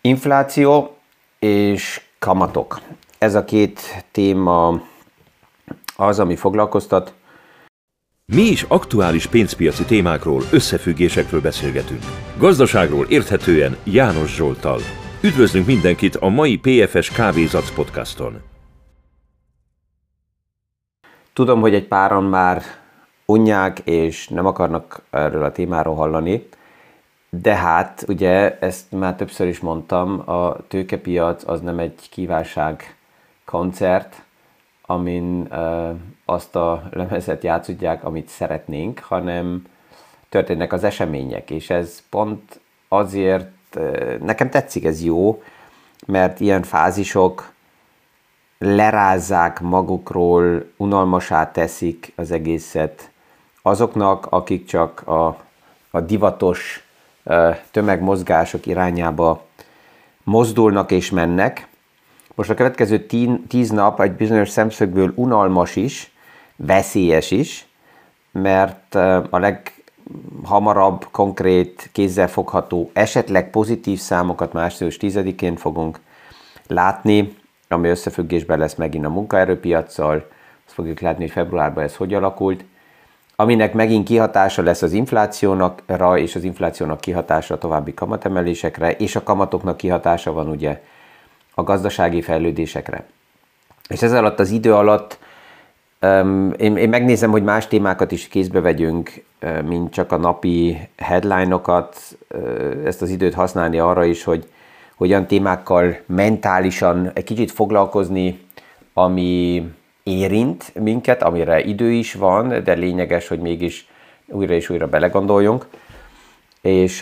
Infláció és kamatok. Ez a két téma az, ami foglalkoztat. Mi is aktuális pénzpiaci témákról, összefüggésekről beszélgetünk. Gazdaságról érthetően János Zsolttal. Üdvözlünk mindenkit a mai PFS Kávézac podcaston. Tudom, hogy egy páran már unják és nem akarnak erről a témáról hallani, de hát ugye ezt már többször is mondtam, a tőkepiac az nem egy kívánság koncert, amin azt a lemezet játszudják, amit szeretnénk, hanem történnek az események, és ez pont azért, nekem tetszik, ez jó, mert ilyen fázisok lerázzák magukról, unalmasá teszik az egészet azoknak, akik csak a divatos tömegmozgások irányába mozdulnak és mennek. Most a következő 10 nap egy bizonyos szemszögből unalmas is, veszélyes is, mert a leghamarabb konkrét, kézzelfogható, esetleg pozitív számokat március 10-én fogunk látni, ami összefüggésben lesz megint a munkaerőpiaccal. Azt fogjuk látni, hogy februárban ez hogy alakult, aminek megint kihatása lesz az inflációnakra, és az inflációnak kihatása a további kamatemelésekre, és a kamatoknak kihatása van ugye a gazdasági fejlődésekre. És ez alatt az idő alatt én megnézem, hogy más témákat is kézbe vegyünk, mint csak a napi headline-okat, ezt az időt használni arra is, hogy olyan témákkal mentálisan egy kicsit foglalkozni, ami érint minket, amire idő is van, de lényeges, hogy mégis újra és újra belegondoljunk. És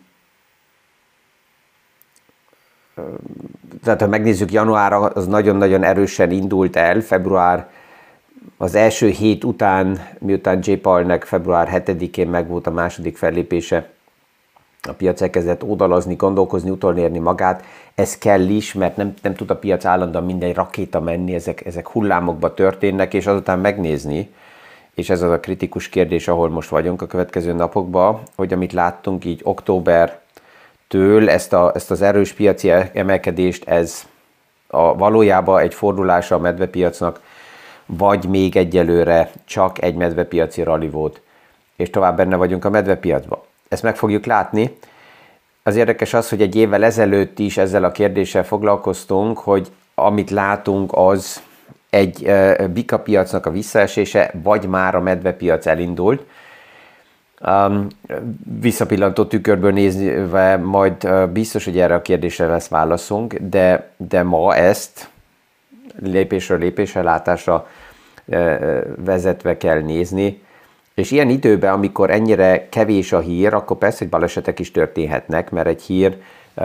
tehát ha megnézzük, január az nagyon-nagyon erősen indult el, február az első hét után, miután J. Powellnek február 7-én megvolt a második fellépése, a piac elkezdett ódalazni, gondolkozni, utolérni magát. Ez kell is, mert nem tud a piac állandóan minden rakéta menni, ezek hullámokba történnek, és azután megnézni, és ez az a kritikus kérdés, ahol most vagyunk a következő napokban, hogy amit láttunk így októbertől, ezt az erős piaci emelkedést, ez valójában egy fordulása a medvepiacnak, vagy még egyelőre csak egy medvepiaci rally volt, és tovább benne vagyunk a medvepiacban. Ezt meg fogjuk látni. Az érdekes az, hogy egy évvel ezelőtt is ezzel a kérdéssel foglalkoztunk, hogy amit látunk, az egy bikapiacnak a visszaesése, vagy már a medvepiac elindult. Visszapillantó tükörből nézve majd biztos, hogy erre a kérdésre lesz válaszunk, de ma ezt lépésről lépésre, látásra vezetve kell nézni. És ilyen időben, amikor ennyire kevés a hír, akkor persze, hogy balesetek is történhetnek, mert egy hír,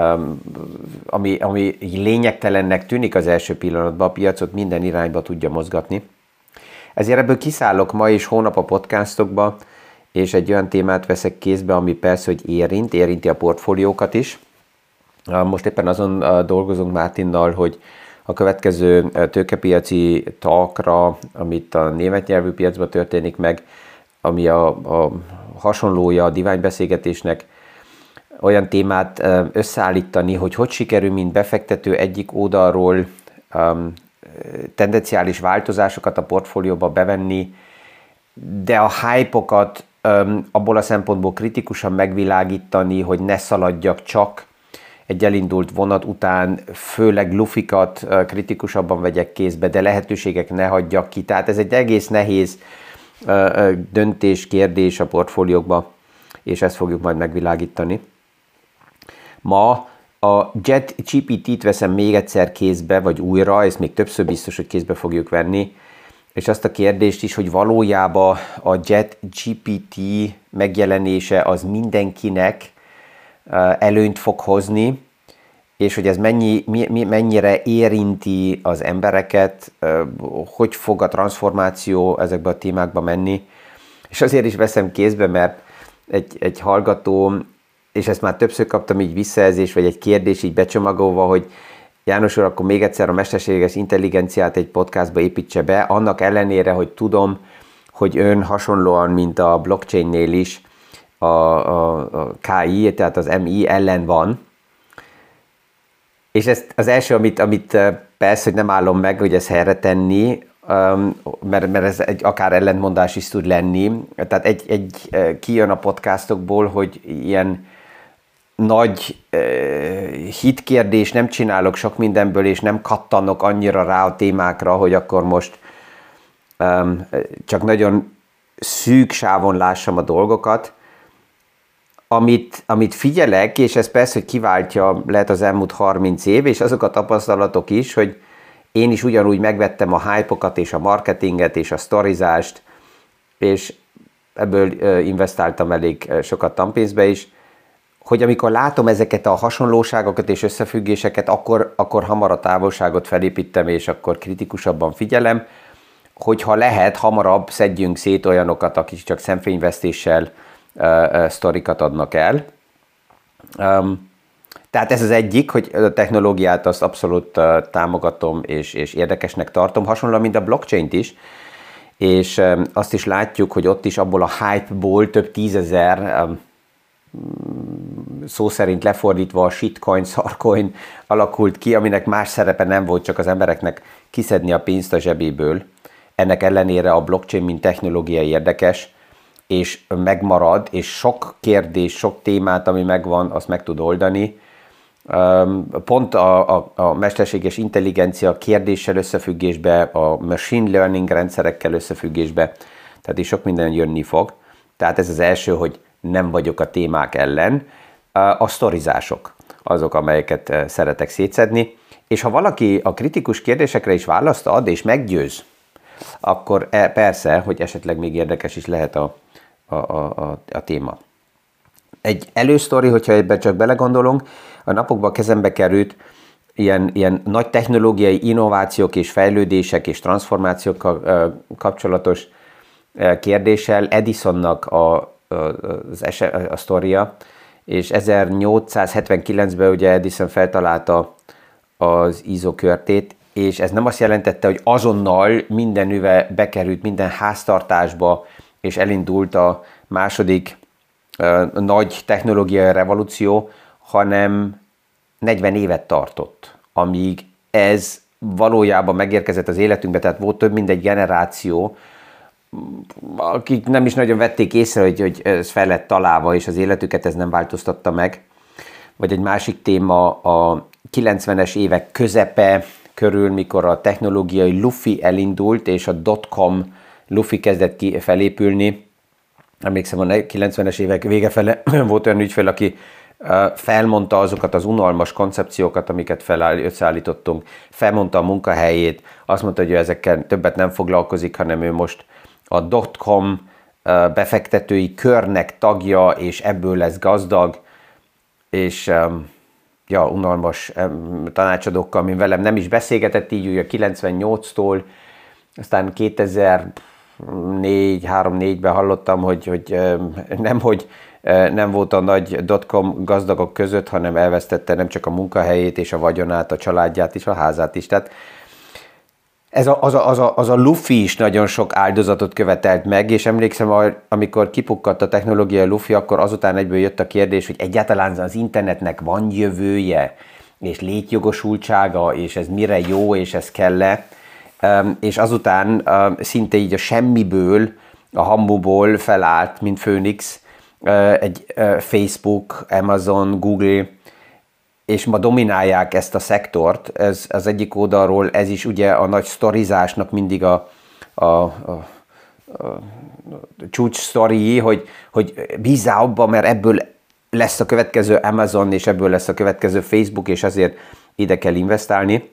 ami lényegtelennek tűnik az első pillanatban, a piacot minden irányba tudja mozgatni. Ezért ebből kiszállok ma és hónap a podcastokba, és egy olyan témát veszek kézbe, ami persze, hogy érinti a portfóliókat is. Most éppen azon dolgozunk Mártinnal, hogy a következő tőkepiaci talkra, amit a német nyelvű piacban történik meg, ami a hasonlója a diványbeszélgetésnek, olyan témát összeállítani, hogy sikerül, mint befektető egyik oldalról tendenciális változásokat a portfólióba bevenni, de a hype-okat abból a szempontból kritikusan megvilágítani, hogy ne szaladjak csak egy elindult vonat után, főleg lufikat kritikusabban vegyek kézbe, de lehetőségek ne hagyjak ki. Tehát ez egy egész nehéz döntés, kérdés a portfóliókba, és ezt fogjuk majd megvilágítani. Ma a JetGPT-t veszem még egyszer kézbe, vagy újra, ezt még többször biztos, hogy kézbe fogjuk venni, és azt a kérdést is, hogy valójában a JetGPT megjelenése az mindenkinek előnyt fog hozni, és hogy ez mennyire érinti az embereket, hogy fog a transformáció ezekbe a témákba menni. És azért is veszem kézbe, mert egy hallgató, és ezt már többször kaptam így visszajelzés, vagy egy kérdés így becsomagolva, hogy János úr, akkor még egyszer a mesterséges intelligenciát egy podcastba építse be, annak ellenére, hogy tudom, hogy ön hasonlóan, mint a blockchainnél is, a KI, tehát az MI ellen van. És ez az első, amit persze, hogy nem állom meg, hogy ezt helyre tenni, mert ez akár ellentmondás is tud lenni. Tehát egy kijön a podcastokból, hogy ilyen nagy hitkérdés nem csinálok sok mindenből, és nem kattanok annyira rá a témákra, hogy akkor most csak nagyon szűk sávon lássam a dolgokat. Amit figyelek, és ez persze, hogy kiváltja lehet az elmúlt 30 év, és azok a tapasztalatok is, hogy én is ugyanúgy megvettem a hype-okat, és a marketinget, és a sztorizást, és ebből investáltam elég sokat tanpénzbe is, hogy amikor látom ezeket a hasonlóságokat és összefüggéseket, akkor hamar a távolságot felépítem, és akkor kritikusabban figyelem, hogyha lehet, hamarabb szedjünk szét olyanokat, akik csak szemfényvesztéssel sztorikat adnak el. Tehát ez az egyik, hogy a technológiát azt abszolút támogatom és érdekesnek tartom, hasonlóan, mint a blockchain-t is, és azt is látjuk, hogy ott is abból a hype-ból több tízezer, szó szerint lefordítva a shitcoin, szarcoin alakult ki, aminek más szerepe nem volt, csak az embereknek kiszedni a pénzt a zsebéből. Ennek ellenére a blockchain, mint technológia érdekes, és megmarad, és sok kérdés, sok témát, ami megvan, azt meg tud oldani. Pont a mesterséges intelligencia kérdéssel összefüggésbe, a machine learning rendszerekkel összefüggésbe, tehát is sok minden jönni fog. Tehát ez az első, hogy nem vagyok a témák ellen. A sztorizások azok, amelyeket szeretek szétszedni, és ha valaki a kritikus kérdésekre is választ ad, és meggyőz, akkor persze, hogy esetleg még érdekes is lehet a téma. Egy elősztori, hogyha ebben csak belegondolunk, a napokban kezembe került ilyen nagy technológiai innovációk és fejlődések és transformációkkal kapcsolatos kérdéssel Edisonnak a sztoria, és 1879-ben ugye Edison feltalálta az izzókörtét, és ez nem azt jelentette, hogy azonnal mindenüve bekerült minden háztartásba, és elindult a második nagy technológiai revolúció, hanem 40 évet tartott, amíg ez valójában megérkezett az életünkbe, tehát volt több mint egy generáció, akik nem is nagyon vették észre, hogy ez fel lett találva, és az életüket ez nem változtatta meg. Vagy egy másik téma a 90-es évek közepe körül, mikor a technológiai lufi elindult, és a dotcom lufi kezdett felépülni. Emlékszem, a 90-es évek vége fele volt olyan ügyfél, aki felmondta azokat az unalmas koncepciókat, amiket összeállítottunk, felmondta a munkahelyét, azt mondta, hogy ő ezekkel többet nem foglalkozik, hanem ő most a dotcom befektetői körnek tagja, és ebből lesz gazdag, és unalmas tanácsadókkal, mint velem nem is beszélgetett, így ugye 98-tól, aztán 2004-3-4-ben hallottam, hogy nem volt a nagy dotcom gazdagok között, hanem elvesztette nem csak a munkahelyét és a vagyonát, a családját és a házát is. Tehát az a lufi is nagyon sok áldozatot követelt meg, és emlékszem, amikor kipukkadt a technológiai lufi, akkor azután egyből jött a kérdés, hogy egyáltalán az internetnek van jövője, és létjogosultsága, és ez mire jó, és ez kell-e. És azután szinte így a semmiből, a hambuból felállt, mint Phoenix, egy Facebook, Amazon, Google, és ma dominálják ezt a szektort. Ez az egyik oldalról, ez is ugye a nagy sztorizásnak mindig a csúcs sztori, hogy bízzál abba, mert ebből lesz a következő Amazon, és ebből lesz a következő Facebook, és azért ide kell investálni.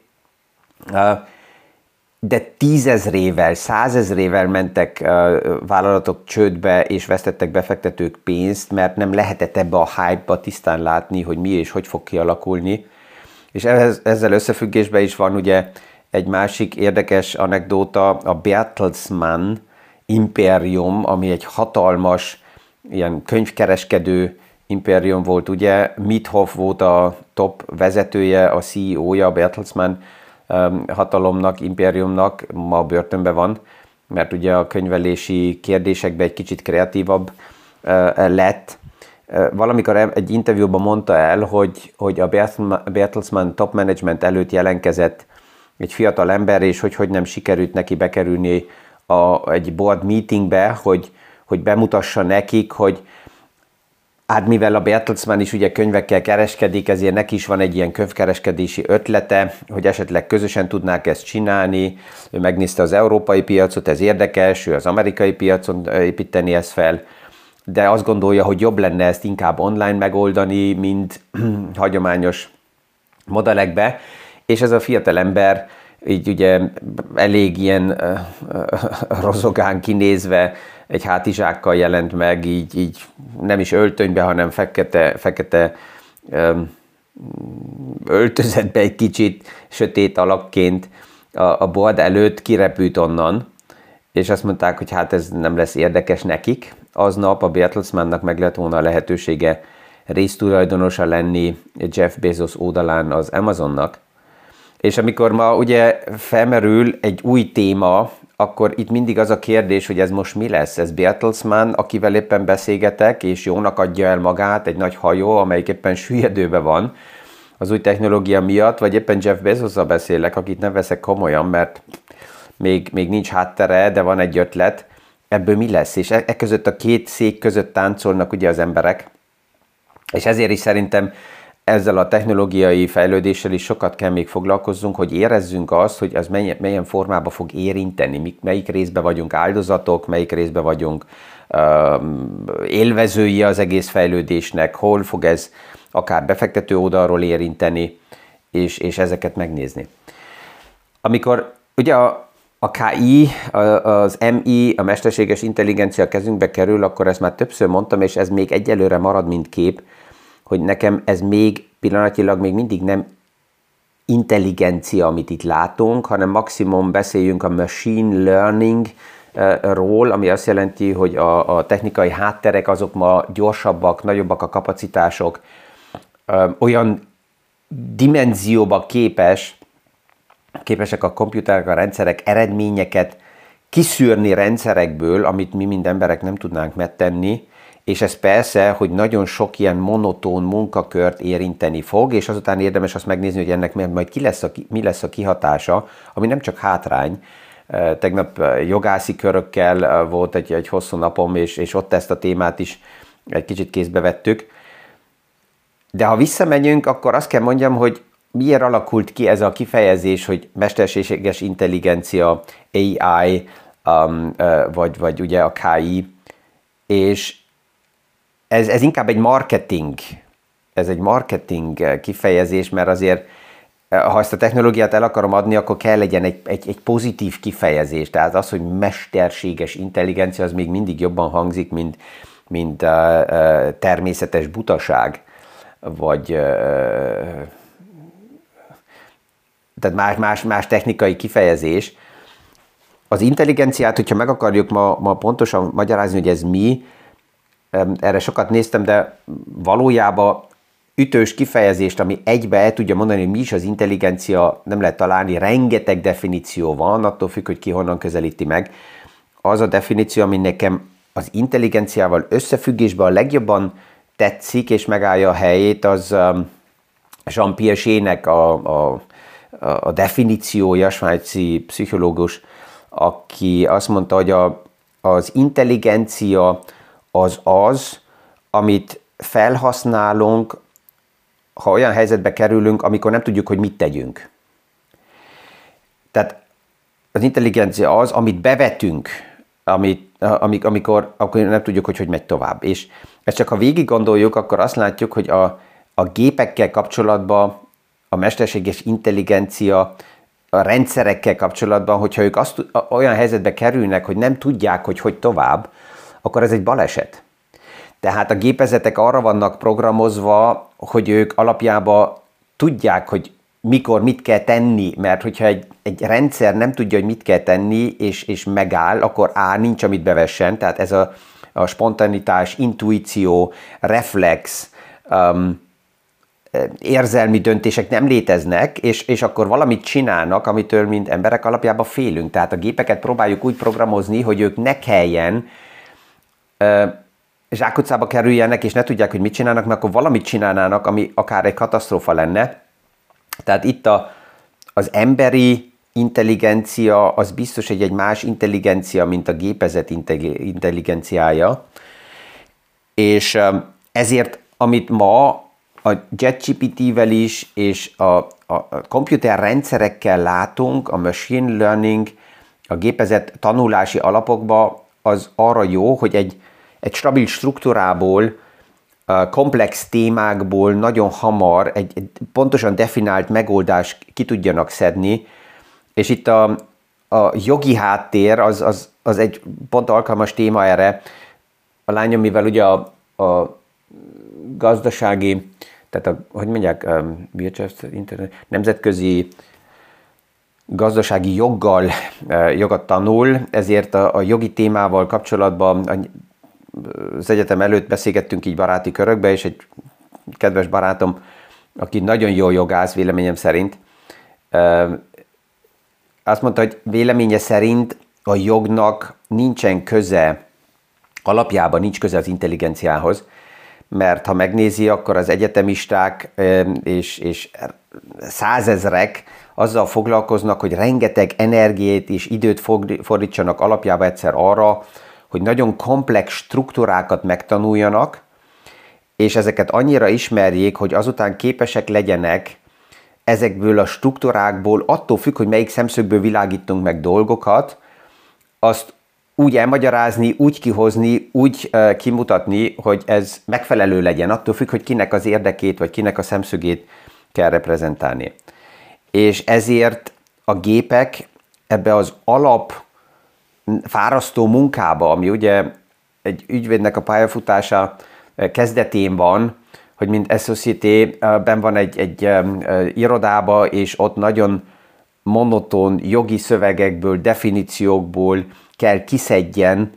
De 10 000-ével, 100 000-ével mentek vállalatok csődbe, és vesztettek befektetők pénzt, mert nem lehetett ebbe a hype-ba tisztán látni, hogy mi és hogy fog kialakulni. És ezzel összefüggésben is van ugye egy másik érdekes anekdóta, a Bertelsmann impérium, ami egy hatalmas ilyen könyvkereskedő impérium volt, ugye Mithoff volt a top vezetője, a CEO-ja a Bertelsmann hatalomnak, impériumnak, ma börtönben van, mert ugye a könyvelési kérdésekben egy kicsit kreatívabb lett, valamikor egy interjúban mondta el, hogy a Bertelsmann top management előtt jelentkezett egy fiatal ember, és hogy nem sikerült neki bekerülni egy board meetingbe, hogy bemutassa nekik, hogy hát mivel a Bertelsmann is ugye könyvekkel kereskedik, ezért neki is van egy ilyen könyvkereskedési ötlete, hogy esetleg közösen tudnák ezt csinálni. Ő megnézte az európai piacot, ez érdekes, ő az amerikai piacon építeni ezt fel, de azt gondolja, hogy jobb lenne ezt inkább online megoldani, mint hagyományos modellekbe, és ez a fiatal ember így ugye elég ilyen rozogán kinézve egy hátizsákkal jelent meg, így nem is öltönybe, hanem fekete öltözetbe egy kicsit, sötét alakként a board előtt kirepült onnan, és azt mondták, hogy hát ez nem lesz érdekes nekik. Aznap a Bertelsmannnak meg lett volna a lehetősége résztulajdonosa lenni Jeff Bezos oldalán az Amazonnak. És amikor ma ugye felmerül egy új téma, akkor itt mindig az a kérdés, hogy ez most mi lesz? Ez Bertelsmann, akivel éppen beszélgetek, és jónak adja el magát, egy nagy hajó, amelyik éppen süllyedőben van az új technológia miatt, vagy éppen Jeff Bezosszal beszélek, akit nem veszek komolyan, mert még nincs háttere, de van egy ötlet. Ebből mi lesz? És között a két szék között táncolnak ugye az emberek, és ezért is szerintem ezzel a technológiai fejlődéssel is sokat kell még foglalkozzunk, hogy érezzünk azt, hogy ez milyen formában fog érinteni, melyik részben vagyunk áldozatok, melyik részben vagyunk élvezői az egész fejlődésnek, hol fog ez akár befektető oldalról érinteni, és ezeket megnézni. Amikor ugye a KI, az MI, a mesterséges intelligencia kezünkbe kerül, akkor ezt már többször mondtam, és ez még egyelőre marad, mint kép, hogy nekem ez még pillanatilag még mindig nem intelligencia, amit itt látunk, hanem maximum beszéljünk a machine learning-ról, ami azt jelenti, hogy a technikai hátterek azok ma gyorsabbak, nagyobbak a kapacitások, olyan dimenzióba képesek a komputerek, a rendszerek eredményeket kiszűrni rendszerekből, amit mi mind emberek nem tudnánk megtenni, és ez persze, hogy nagyon sok ilyen monotón munkakört érinteni fog, és azután érdemes azt megnézni, hogy ennek majd mi lesz a kihatása, ami nem csak hátrány. Tegnap jogászi körökkel volt egy hosszú napom, és ott ezt a témát is egy kicsit kézbe vettük. De ha visszamegyünk, akkor azt kell mondjam, hogy miért alakult ki ez a kifejezés, hogy mesterséges intelligencia, AI, vagy ugye a KI, és ez inkább egy marketing kifejezés, mert azért, ha ezt a technológiát el akarom adni, akkor kell legyen egy pozitív kifejezés. Tehát az, hogy mesterséges intelligencia, az még mindig jobban hangzik, mint természetes butaság, vagy tehát más technikai kifejezés. Az intelligenciát, hogyha meg akarjuk ma pontosan magyarázni, hogy ez mi, erre sokat néztem, de valójában ütős kifejezést, ami egybe el tudja mondani, hogy mi is az intelligencia, nem lehet találni, rengeteg definíció van, attól függ, hogy ki honnan közelíti meg. Az a definíció, ami nekem az intelligenciával összefüggésben a legjobban tetszik, és megállja a helyét, az Jean Piaget-nek a definíciója, svájci pszichológus, aki azt mondta, hogy az intelligencia az, amit felhasználunk, ha olyan helyzetbe kerülünk, amikor nem tudjuk, hogy mit tegyünk. Tehát az intelligencia az, amit bevetünk, amikor nem tudjuk, hogy megy tovább. És ezt csak ha végig gondoljuk, akkor azt látjuk, hogy a gépekkel kapcsolatban a mesterséges intelligencia, a rendszerekkel kapcsolatban, hogyha ők olyan helyzetbe kerülnek, hogy nem tudják, hogy tovább, akkor ez egy baleset. Tehát a gépezetek arra vannak programozva, hogy ők alapjában tudják, hogy mikor mit kell tenni, mert hogyha egy rendszer nem tudja, hogy mit kell tenni, és megáll, akkor nincs, amit bevessen. Tehát ez a spontanitás, intuíció, reflex, érzelmi döntések nem léteznek, és akkor valamit csinálnak, amitől mint emberek alapjában félünk. Tehát a gépeket próbáljuk úgy programozni, hogy ők ne kelljen zsákutcába kerüljenek, és ne tudják, hogy mit csinálnak, mert akkor valamit csinálnának, ami akár egy katasztrófa lenne. Tehát itt az emberi intelligencia az biztos egy más intelligencia, mint a gépezet intelligenciája. És ezért, amit ma a JetGPT-vel is, és a komputerrendszerekkel látunk, a machine learning, a gépezet tanulási alapokban, az arra jó, hogy egy stabil struktúrából, komplex témákból nagyon hamar egy pontosan definiált megoldást ki tudjanak szedni, és itt a jogi háttér az egy pont alkalmas téma erre. A lányom, mivel ugye a gazdasági, tehát hogy mondják, nemzetközi gazdasági jogot tanul, ezért a jogi témával kapcsolatban az egyetem előtt beszélgettünk így baráti körökbe, és egy kedves barátom, aki nagyon jó jogász véleményem szerint, azt mondta, hogy véleménye szerint a jognak nincsen köze, alapjában nincs köze az intelligenciához, mert ha megnézi, akkor az egyetemisták és százezrek azzal foglalkoznak, hogy rengeteg energiát és időt fordítsanak alapjában egyszer arra, hogy nagyon komplex struktúrákat megtanuljanak, és ezeket annyira ismerjék, hogy azután képesek legyenek ezekből a struktúrákból, attól függ, hogy melyik szemszögből világítunk meg dolgokat, azt úgy elmagyarázni, úgy kihozni, úgy kimutatni, hogy ez megfelelő legyen, attól függ, hogy kinek az érdekét, vagy kinek a szemszögét kell reprezentálni. És ezért a gépek ebbe az alap fárasztó munkába, ami ugye egy ügyvédnek a pályafutása kezdetén van, hogy mint associate ben van egy irodába, és ott nagyon monoton jogi szövegekből, definíciókból kell kiszedjen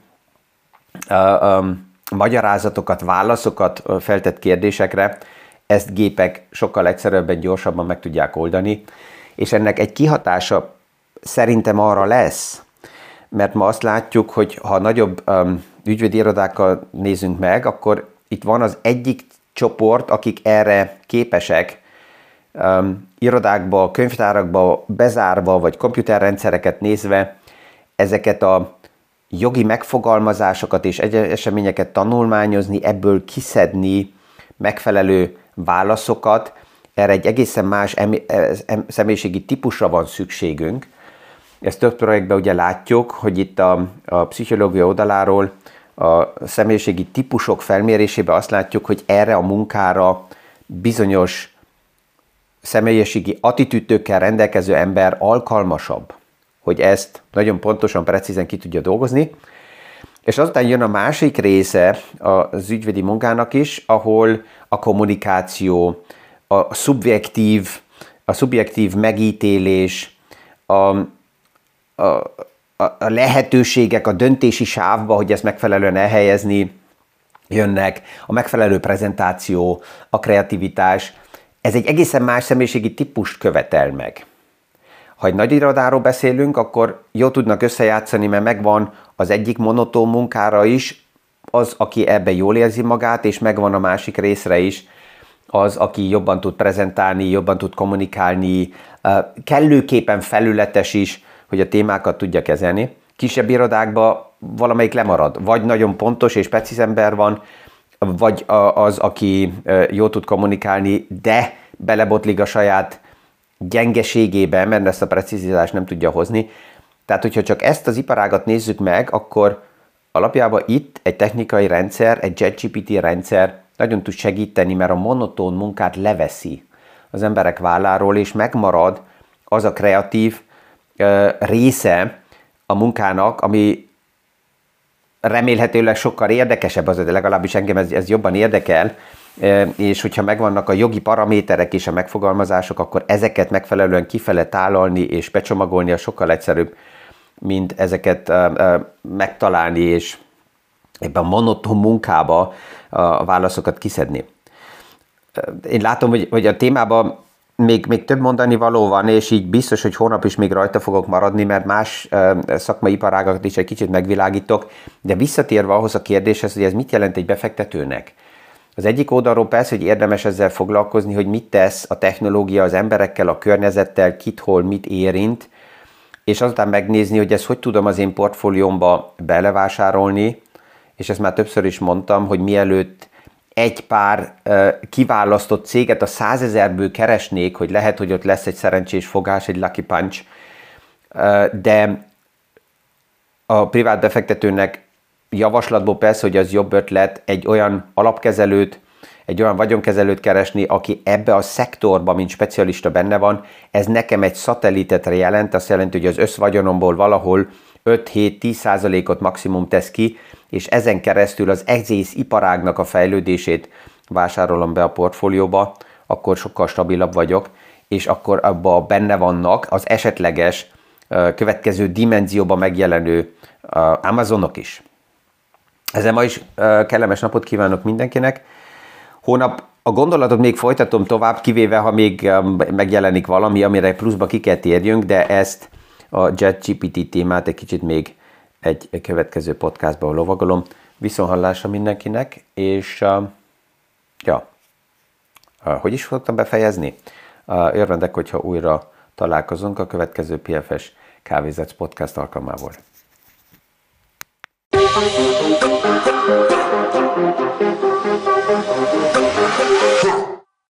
magyarázatokat, válaszokat feltett kérdésekre, ezt gépek sokkal egyszerűbben, gyorsabban meg tudják oldani, és ennek egy kihatása szerintem arra lesz, mert ma azt látjuk, hogy ha nagyobb ügyvédi irodákkal nézünk meg, akkor itt van az egyik csoport, akik erre képesek, irodákba, könyvtárakba bezárva, vagy komputerrendszereket nézve ezeket a jogi megfogalmazásokat és eseményeket tanulmányozni, ebből kiszedni megfelelő válaszokat. Erre egy egészen más személyiségi típusra van szükségünk. Ezt több projektben ugye látjuk, hogy itt a pszichológia oldaláról a személyiségi típusok felmérésében azt látjuk, hogy erre a munkára bizonyos személyiségi attitűdökkel rendelkező ember alkalmasabb, hogy ezt nagyon pontosan, precízen ki tudja dolgozni. És azután jön a másik része az ügyvédi munkának is, ahol a kommunikáció, a szubjektív megítélés, a lehetőségek a döntési sávba, hogy ezt megfelelően elhelyezni, jönnek, a megfelelő prezentáció, a kreativitás. Ez egy egészen más személyiségi típust követel meg. Ha egy nagy irodáról beszélünk, akkor jó tudnak összejátszani, mert megvan az egyik monotón munkára is, az, aki ebben jól érzi magát, és megvan a másik részre is, az, aki jobban tud prezentálni, jobban tud kommunikálni, kellőképpen felületes is, hogy a témákat tudja kezelni. Kisebb irodákban valamelyik lemarad, vagy nagyon pontos és precíz ember van, vagy az, aki jól tud kommunikálni, de belebotlik a saját gyengeségében, mert ezt a precizitást nem tudja hozni. Tehát, hogyha csak ezt az iparágat nézzük meg, akkor alapjában itt egy technikai rendszer, egy JetGPT rendszer nagyon tud segíteni, mert a monoton munkát leveszi az emberek válláról, és megmarad az a kreatív része a munkának, ami remélhetőleg sokkal érdekesebb, az legalábbis engem ez jobban érdekel, és hogyha megvannak a jogi paraméterek és a megfogalmazások, akkor ezeket megfelelően kifele tálalni és becsomagolni, az sokkal egyszerűbb, mint ezeket megtalálni, és ebben a monoton munkába a válaszokat kiszedni. Én látom, hogy a témában még több mondani való van, és így biztos, hogy hónap is még rajta fogok maradni, mert más szakmai iparágakat is egy kicsit megvilágítok, de visszatérve ahhoz a kérdéshez, hogy ez mit jelent egy befektetőnek. Az egyik oldalról persze, hogy érdemes ezzel foglalkozni, hogy mit tesz a technológia az emberekkel, a környezettel, kit, hol, mit érint, és azután megnézni, hogy ezt hogy tudom az én portfóliómba belevásárolni, és ezt már többször is mondtam, hogy mielőtt egy pár kiválasztott céget a 100 000-ből keresnék, hogy lehet, hogy ott lesz egy szerencsés fogás, egy lucky punch, de a privát befektetőnek javaslatból persze, hogy az jobb ötlet egy olyan alapkezelőt, egy olyan vagyonkezelőt keresni, aki ebbe a szektorba, mint specialista benne van. Ez nekem egy szatellitet jelent, azt jelenti, hogy az összvagyonomból valahol 5-7-10%-ot maximum tesz ki, és ezen keresztül az egész iparágnak a fejlődését vásárolom be a portfólióba, akkor sokkal stabilabb vagyok, és akkor abban benne vannak az esetleges következő dimenzióban megjelenő Amazonok is. Ezzel ma is kellemes napot kívánok mindenkinek. Hónap a gondolatot még folytatom tovább, kivéve ha még megjelenik valami, amire pluszba ki kell térjünk, de ezt a ChatGPT témát egy kicsit még egy következő podcastban lovagolom. Viszonthallásra mindenkinek, és hogy is fogtam befejezni? Örvendek, hogyha újra találkozunk a következő PFS Kávézac podcast alkalmából.